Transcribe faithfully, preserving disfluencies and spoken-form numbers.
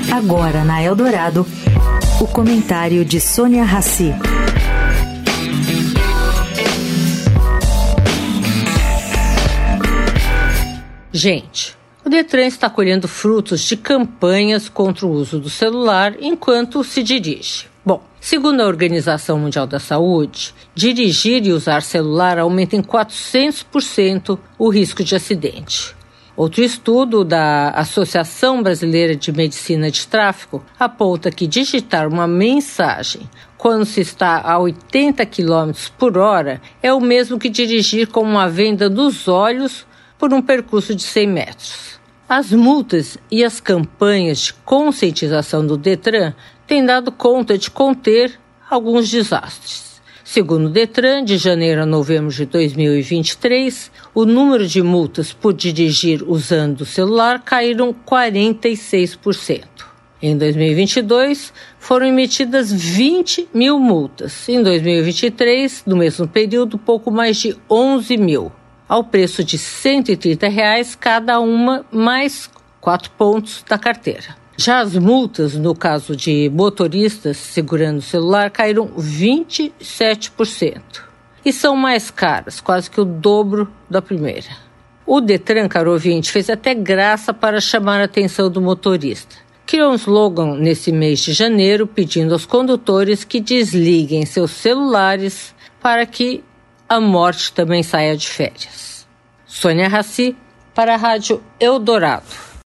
Agora na Eldorado, o comentário de Sônia Rassi. Gente, o Detran está colhendo frutos de campanhas contra o uso do celular enquanto se dirige. Bom, segundo a Organização Mundial da Saúde, dirigir e usar celular aumenta em quatrocentos por cento o risco de acidente. Outro estudo da Associação Brasileira de Medicina de Tráfego aponta que digitar uma mensagem quando se está a oitenta quilômetros por hora é o mesmo que dirigir com uma venda nos olhos por um percurso de cem metros. As multas e as campanhas de conscientização do Detran têm dado conta de conter alguns desastres. Segundo o Detran, de janeiro a novembro de dois mil e vinte e três, o número de multas por dirigir usando o celular caíram quarenta e seis por cento. Em dois mil e vinte e dois, foram emitidas vinte mil multas. Em dois mil e vinte e três, no mesmo período, pouco mais de onze mil. Ao preço de cento e trinta reais cada uma, mais quatro pontos da carteira. Já as multas, no caso de motoristas segurando o celular, caíram vinte e sete por cento. E são mais caras, quase que o dobro da primeira. O Detran, caro ouvinte, fez até graça para chamar a atenção do motorista. Criou um slogan nesse mês de janeiro pedindo aos condutores que desliguem seus celulares para que a morte também saia de férias. Sônia Rassi, para a Rádio Eldorado.